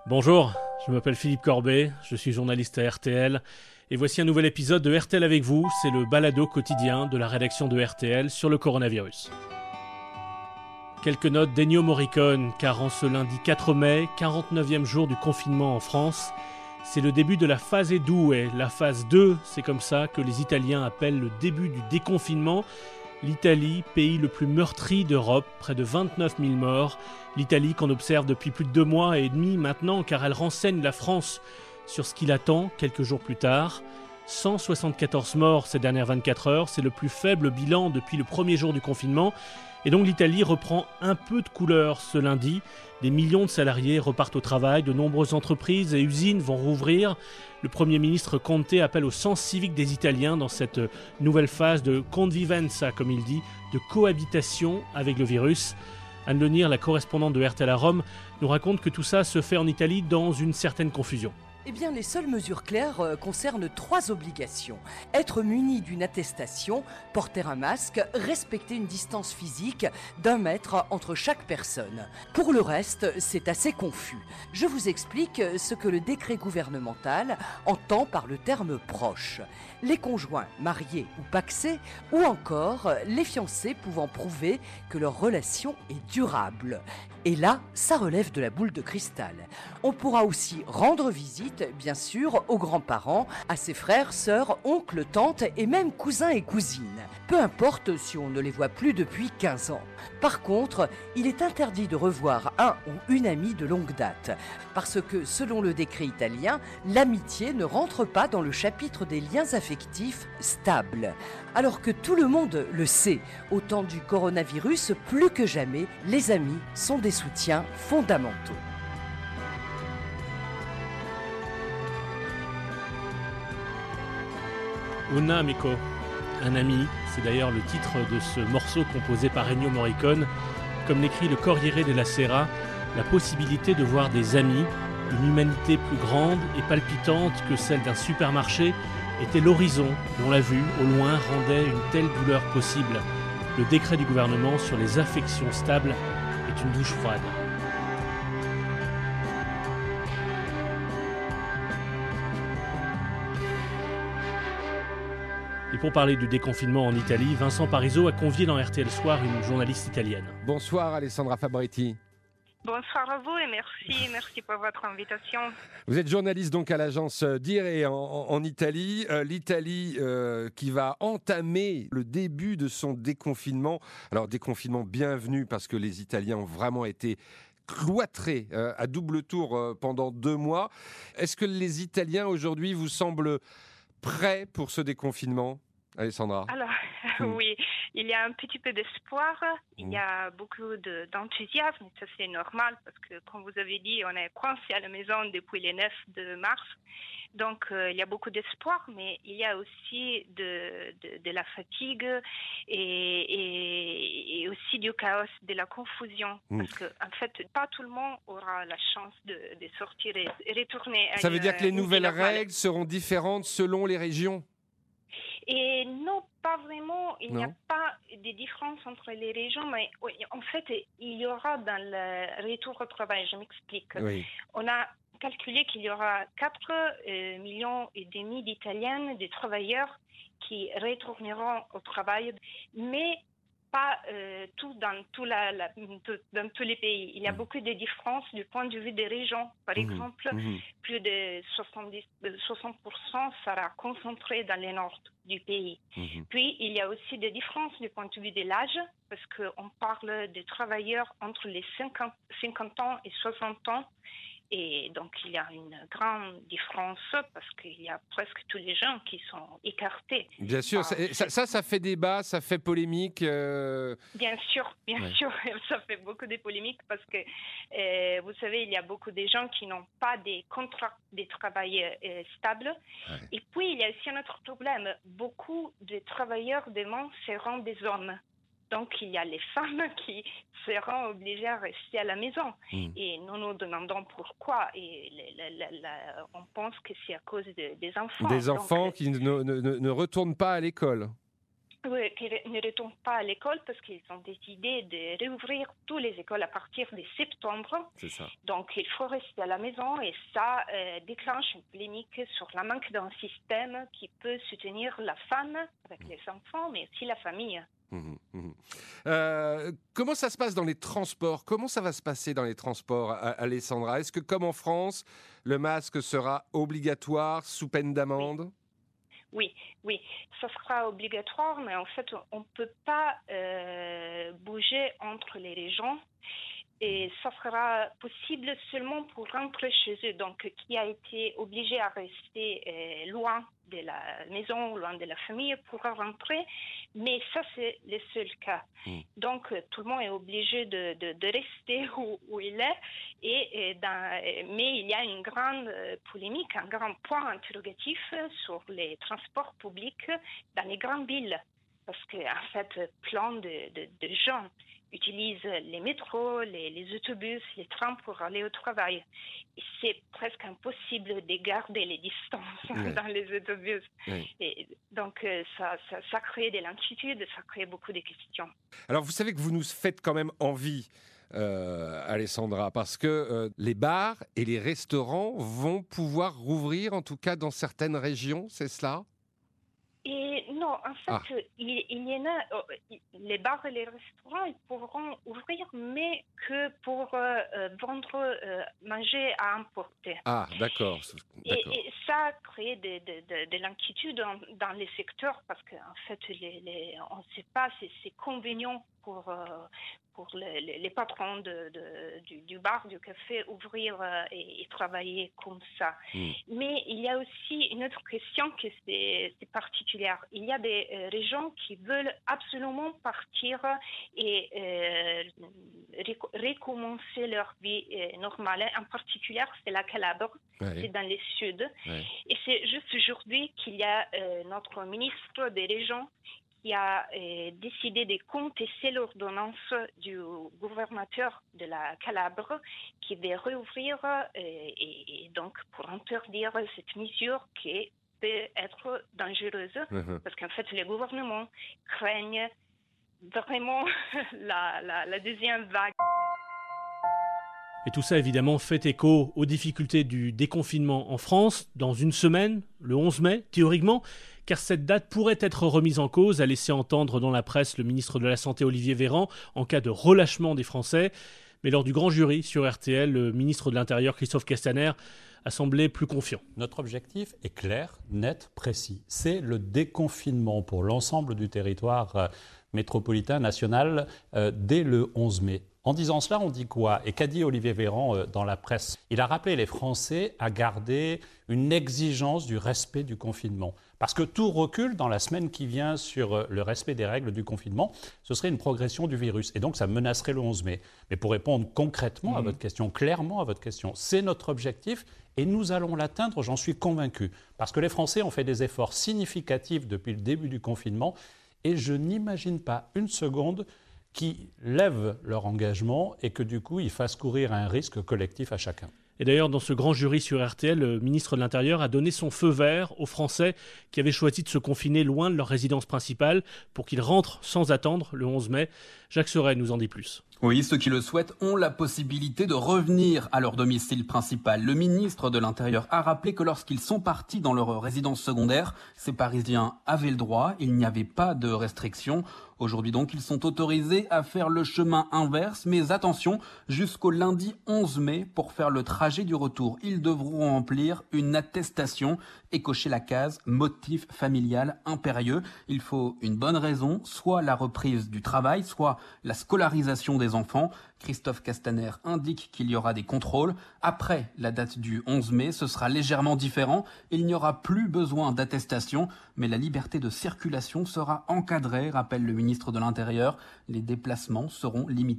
Bonjour, je m'appelle Philippe Corbet, je suis journaliste à RTL et voici un nouvel épisode de RTL avec vous, c'est le balado quotidien de la rédaction de RTL sur le coronavirus. Quelques notes d'Ennio Morricone, car en ce lundi 4 mai, 49e jour du confinement en France, c'est le début de la phase 2, la phase 2, c'est comme ça que les Italiens appellent le début du déconfinement. L'Italie, pays le plus meurtri d'Europe, près de 29 000 morts. L'Italie qu'on observe depuis plus de 2 mois et demi maintenant, car elle renseigne la France sur ce qui l'attend quelques jours plus tard. 174 morts ces dernières 24 heures, c'est le plus faible bilan depuis le premier jour du confinement. Et donc l'Italie reprend un peu de couleur ce lundi. Des millions de salariés repartent au travail, de nombreuses entreprises et usines vont rouvrir. Le Premier ministre Conte appelle au sens civique des Italiens dans cette nouvelle phase de convivenza, comme il dit, de cohabitation avec le virus. Anne Lenir, la correspondante de RTL à Rome, nous raconte que tout ça se fait en Italie dans une certaine confusion. Eh bien, les seules mesures claires concernent 3 obligations. Être muni d'une attestation, porter un masque, respecter une distance physique d'1 mètre entre chaque personne. Pour le reste, c'est assez confus. Je vous explique ce que le décret gouvernemental entend par le terme proche. Les conjoints mariés ou pacsés, ou encore les fiancés pouvant prouver que leur relation est durable. Et là, ça relève de la boule de cristal. On pourra aussi rendre visite, bien sûr, aux grands-parents, à ses frères, sœurs, oncles, tantes et même cousins et cousines. Peu importe si on ne les voit plus depuis 15 ans. Par contre, il est interdit de revoir un ou une amie de longue date. Parce que, selon le décret italien, l'amitié ne rentre pas dans le chapitre des liens affectifs stables. Alors que tout le monde le sait, au temps du coronavirus, plus que jamais, les amis sont des soutiens fondamentaux. Un amico, un ami, c'est d'ailleurs le titre de ce morceau composé par Ennio Morricone. Comme l'écrit le Corriere della Sera, la possibilité de voir des amis, une humanité plus grande et palpitante que celle d'un supermarché, était l'horizon dont la vue, au loin, rendait une telle douleur possible. Le décret du gouvernement sur les affections stables est une douche froide. Et pour parler du déconfinement en Italie, Vincent Parisot a convié dans RTL Soir une journaliste italienne. Bonsoir Alessandra Fabretti. Bonsoir à vous et merci pour votre invitation. Vous êtes journaliste donc à l'agence Dire en Italie. L'Italie qui va entamer le début de son déconfinement. Alors déconfinement bienvenu parce que les Italiens ont vraiment été cloîtrés à double tour pendant 2 mois. Est-ce que les Italiens aujourd'hui vous semblent prêts pour ce déconfinement, Alessandra? Alors, oui, il y a un petit peu d'espoir, il y a beaucoup d'enthousiasme, ça c'est normal parce que, comme vous avez dit, on est coincé à la maison depuis le 9 de mars. Donc, il y a beaucoup d'espoir, mais il y a aussi de la fatigue et aussi du chaos, de la confusion. Parce que, en fait, pas tout le monde aura la chance de sortir et retourner. Ça veut dire que les nouvelles règles seront différentes selon les régions? Et non, pas vraiment. Il n'y a pas de différence entre les régions, mais oui, en fait, il y aura dans le retour au travail, je m'explique. Oui. On a calculé qu'il y aura 4,5 millions d'Italiens, de travailleurs qui retourneront au travail, mais pas dans tous les pays. Il y a beaucoup de différences du point de vue des régions. Par exemple, plus de 60% sera concentré dans le nord du pays. Puis, il y a aussi des différences du point de vue de l'âge, parce qu'on parle de travailleurs entre les 50 ans et 60 ans. Et donc, il y a une grande différence parce qu'il y a presque tous les gens qui sont écartés. Bien sûr, ça fait débat, ça fait polémique. Bien sûr, ça fait beaucoup de polémiques parce que, vous savez, il y a beaucoup de gens qui n'ont pas des contrats de travail stables. Ouais. Et puis, il y a aussi un autre problème. Beaucoup de travailleurs demain seront des hommes. Donc, il y a les femmes qui seront obligées à rester à la maison. Et nous nous demandons pourquoi. Et on pense que c'est à cause des enfants. Des enfants qui ne retournent pas à l'école. Oui, qui ne retournent pas à l'école parce qu'ils ont décidé de réouvrir toutes les écoles à partir de septembre. C'est ça. Donc, il faut rester à la maison et ça déclenche une polémique sur le manque d'un système qui peut soutenir la femme avec les enfants, mais aussi la famille. Comment ça se passe dans les transports? Comment ça va se passer dans les transports, Alessandra? Est-ce que, comme en France, le masque sera obligatoire sous peine d'amende? Oui, ça sera obligatoire, mais en fait, on ne peut pas bouger entre les régions. Et ça sera possible seulement pour rentrer chez eux. Donc, qui a été obligé à rester loin de la maison, loin de la famille, pourra rentrer. Mais ça, c'est le seul cas. Donc, tout le monde est obligé de rester où il est. Mais il y a une grande polémique, un grand point interrogatif sur les transports publics dans les grandes villes. Parce qu'en fait, plein de gens utilisent les métros, les autobus, les trams pour aller au travail. Et c'est presque impossible de garder les distances dans les autobus. Et donc, ça crée de l'inquiétude, ça crée beaucoup de questions. Alors, vous savez que vous nous faites quand même envie, Alessandra, parce que les bars et les restaurants vont pouvoir rouvrir, en tout cas dans certaines régions, c'est cela ? Et non, en fait, il y en a, les bars et les restaurants, ils pourront ouvrir, mais que pour vendre, manger à emporter. Ah, d'accord. Et ça crée de l'inquiétude dans les secteurs parce qu'en fait, on ne sait pas si c'est convenient pour les patrons du bar, du café, ouvrir et travailler comme ça. Mais il y a aussi une autre question qui c'est particulière. Il y a des régions qui veulent absolument partir et recommencer leur vie normale. En particulier, c'est la Calabre, c'est dans le sud. Et c'est juste aujourd'hui qu'il y a notre ministre des Régions qui a décidé de contester l'ordonnance du gouvernateur de la Calabre qui veut réouvrir et donc pour interdire cette mesure qui peut être dangereuse parce qu'en fait les gouvernements craignent vraiment la deuxième vague. Et tout ça, évidemment, fait écho aux difficultés du déconfinement en France dans une semaine, le 11 mai, théoriquement, car cette date pourrait être remise en cause, a laissé entendre dans la presse le ministre de la Santé Olivier Véran, en cas de relâchement des Français. Mais lors du grand jury sur RTL, le ministre de l'Intérieur, Christophe Castaner, a semblé plus confiant. Notre objectif est clair, net, précis. C'est le déconfinement pour l'ensemble du territoire métropolitain national dès le 11 mai. En disant cela, on dit quoi? Et qu'a dit Olivier Véran dans la presse? Il a rappelé les Français à garder une exigence du respect du confinement. Parce que tout recul dans la semaine qui vient sur le respect des règles du confinement, ce serait une progression du virus. Et donc ça menacerait le 11 mai. Mais pour répondre concrètement à votre question, clairement à votre question, c'est notre objectif et nous allons l'atteindre, j'en suis convaincu. Parce que les Français ont fait des efforts significatifs depuis le début du confinement et je n'imagine pas une seconde qui lèvent leur engagement et que du coup, ils fassent courir un risque collectif à chacun. Et d'ailleurs, dans ce grand jury sur RTL, le ministre de l'Intérieur a donné son feu vert aux Français qui avaient choisi de se confiner loin de leur résidence principale pour qu'ils rentrent sans attendre le 11 mai. Jacques Serret nous en dit plus. Oui, ceux qui le souhaitent ont la possibilité de revenir à leur domicile principal. Le ministre de l'Intérieur a rappelé que lorsqu'ils sont partis dans leur résidence secondaire, ces Parisiens avaient le droit, il n'y avait pas de restrictions. Aujourd'hui donc, ils sont autorisés à faire le chemin inverse, mais attention, jusqu'au lundi 11 mai, pour faire le trajet du retour, ils devront remplir une attestation et cocher la case motif familial impérieux. Il faut une bonne raison, soit la reprise du travail, soit la scolarisation des enfants. Christophe Castaner indique qu'il y aura des contrôles. Après la date du 11 mai, ce sera légèrement différent. Il n'y aura plus besoin d'attestation, mais la liberté de circulation sera encadrée, rappelle le ministre de l'Intérieur. Les déplacements seront limités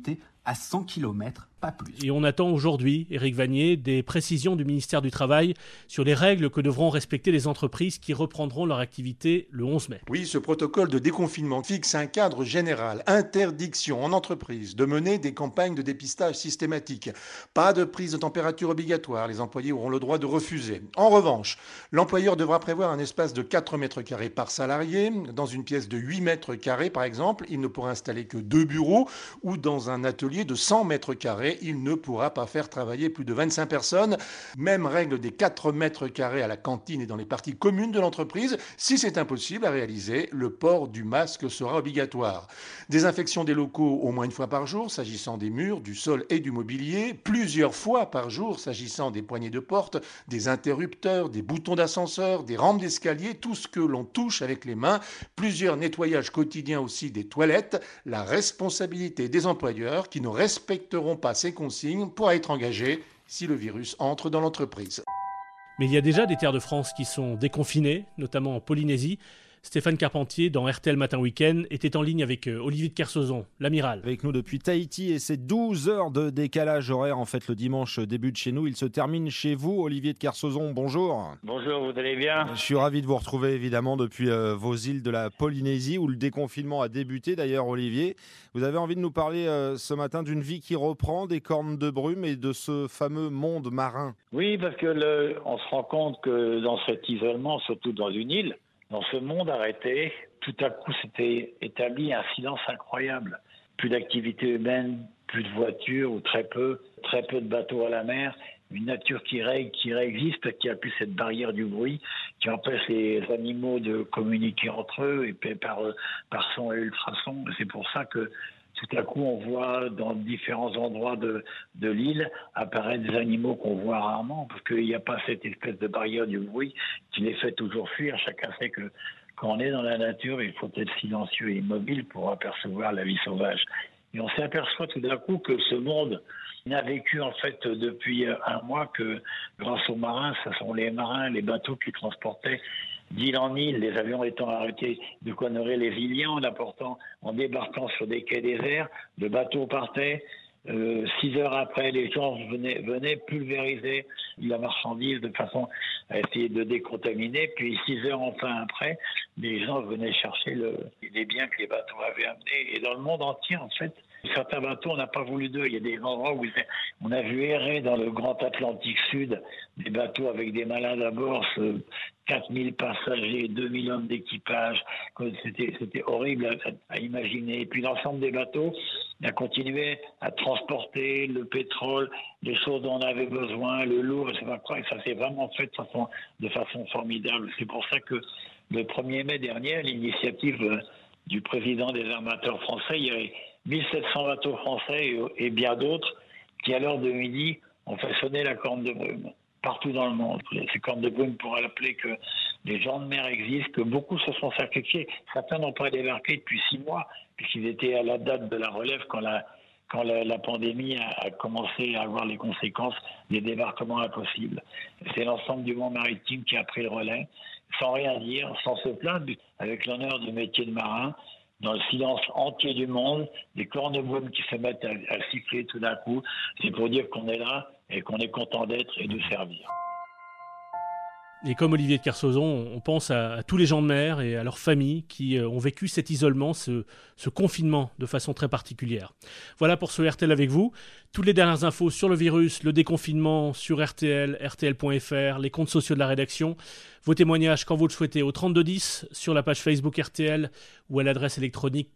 à 100 km, pas plus. Et on attend aujourd'hui, Éric Vanier, des précisions du ministère du Travail sur les règles que devront respecter les entreprises qui reprendront leur activité le 11 mai. Oui, ce protocole de déconfinement fixe un cadre général. Interdiction en entreprise de mener des campagnes de dépistage systématiques. Pas de prise de température obligatoire. Les employés auront le droit de refuser. En revanche, l'employeur devra prévoir un espace de 4 mètres carrés par salarié. Dans une pièce de 8 mètres carrés, par exemple, il ne pourra installer que 2 bureaux, ou dans un atelier de 100 mètres carrés, il ne pourra pas faire travailler plus de 25 personnes. Même règle des 4 mètres carrés à la cantine et dans les parties communes de l'entreprise. Si c'est impossible à réaliser, le port du masque sera obligatoire. Désinfection des locaux au moins une fois par jour, s'agissant des murs, du sol et du mobilier. Plusieurs fois par jour, s'agissant des poignées de porte, des interrupteurs, des boutons d'ascenseur, des rampes d'escalier, tout ce que l'on touche avec les mains. Plusieurs nettoyages quotidiens aussi des toilettes. La responsabilité des employeurs qui ne respecteront pas ces consignes pourra être engagée si le virus entre dans l'entreprise. Mais il y a déjà des terres de France qui sont déconfinées, notamment en Polynésie. Stéphane Carpentier, dans RTL Matin Week-end, était en ligne avec Olivier de Kersauzon, l'amiral. Avec nous depuis Tahiti et ses 12 heures de décalage horaire. En fait, le dimanche débute chez nous, il se termine chez vous. Olivier de Kersauzon, bonjour. Bonjour, vous allez bien ? Je suis ravi de vous retrouver évidemment depuis vos îles de la Polynésie où le déconfinement a débuté. D'ailleurs, Olivier, vous avez envie de nous parler ce matin d'une vie qui reprend, des cornes de brume et de ce fameux monde marin. Oui, parce que on se rend compte que dans cet isolement, surtout dans une île, dans ce monde arrêté, tout à coup s'était établi un silence incroyable. Plus d'activité humaine, plus de voitures ou très peu de bateaux à la mer. Une nature qui réexiste, qui a plus cette barrière du bruit, qui empêche les animaux de communiquer entre eux et par son et ultrasons. C'est pour ça que tout à coup, on voit dans différents endroits de l'île apparaître des animaux qu'on voit rarement, parce qu'il n'y a pas cette espèce de barrière du bruit qui les fait toujours fuir. Chacun sait que quand on est dans la nature, il faut être silencieux et immobile pour apercevoir la vie sauvage. Et on s'aperçoit tout d'un coup que ce monde n'a vécu en fait depuis un mois que grâce aux marins, ce sont les marins, les bateaux qui transportaient d'île en île, les avions étant arrêtés de Connery les Villiers en débarquant sur des quais déserts, le bateau partait. 6 heures après, les gens venaient pulvériser la marchandise de façon à essayer de décontaminer. Puis 6 heures enfin après, les gens venaient chercher les biens que les bateaux avaient amenés. Et dans le monde entier, en fait, certains bateaux, on n'a pas voulu d'eux. Il y a des endroits où on a vu errer dans le grand Atlantique Sud des bateaux avec des malades à bord, 4000 passagers, 2000 hommes d'équipage. C'était horrible à imaginer. Et puis l'ensemble des bateaux a continué à transporter le pétrole, les choses dont on avait besoin, le lourd, je sais pas quoi. Et ça s'est vraiment fait de façon formidable. C'est pour ça que le 1er mai dernier, à l'initiative du président des armateurs français, il y avait 1700 bateaux français et bien d'autres qui, à l'heure de midi, ont fait sonner la corne de brume partout dans le monde. Ces cornes de brume pour rappeler que les gens de mer existent, que beaucoup se sont sacrifiés. Certains n'ont pas débarqué depuis 6 mois, puisqu'ils étaient à la date de la relève quand la pandémie a commencé à avoir les conséquences des débarquements impossibles. C'est l'ensemble du monde maritime qui a pris le relais, sans rien dire, sans se plaindre, avec l'honneur du métier de marin, dans le silence entier du monde, des cornes de brume qui se mettent à siffler tout d'un coup. C'est pour dire qu'on est là et qu'on est content d'être et de servir. Et comme Olivier de Kersauzon, on pense à tous les gens de mer et à leurs familles qui ont vécu cet isolement, ce confinement de façon très particulière. Voilà pour ce RTL avec vous. Toutes les dernières infos sur le virus, le déconfinement sur RTL, rtl.fr, les comptes sociaux de la rédaction. Vos témoignages quand vous le souhaitez au 3210 sur la page Facebook RTL ou à l'adresse électronique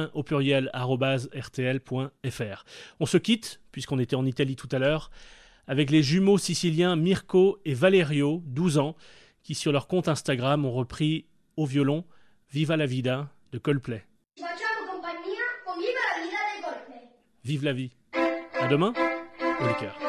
témoin@rtl.fr. On se quitte, puisqu'on était en Italie tout à l'heure, avec les jumeaux siciliens Mirko et Valerio, 12 ans, qui sur leur compte Instagram ont repris au violon Viva la vida de Coldplay. Vive la vie. À demain, au liqueur.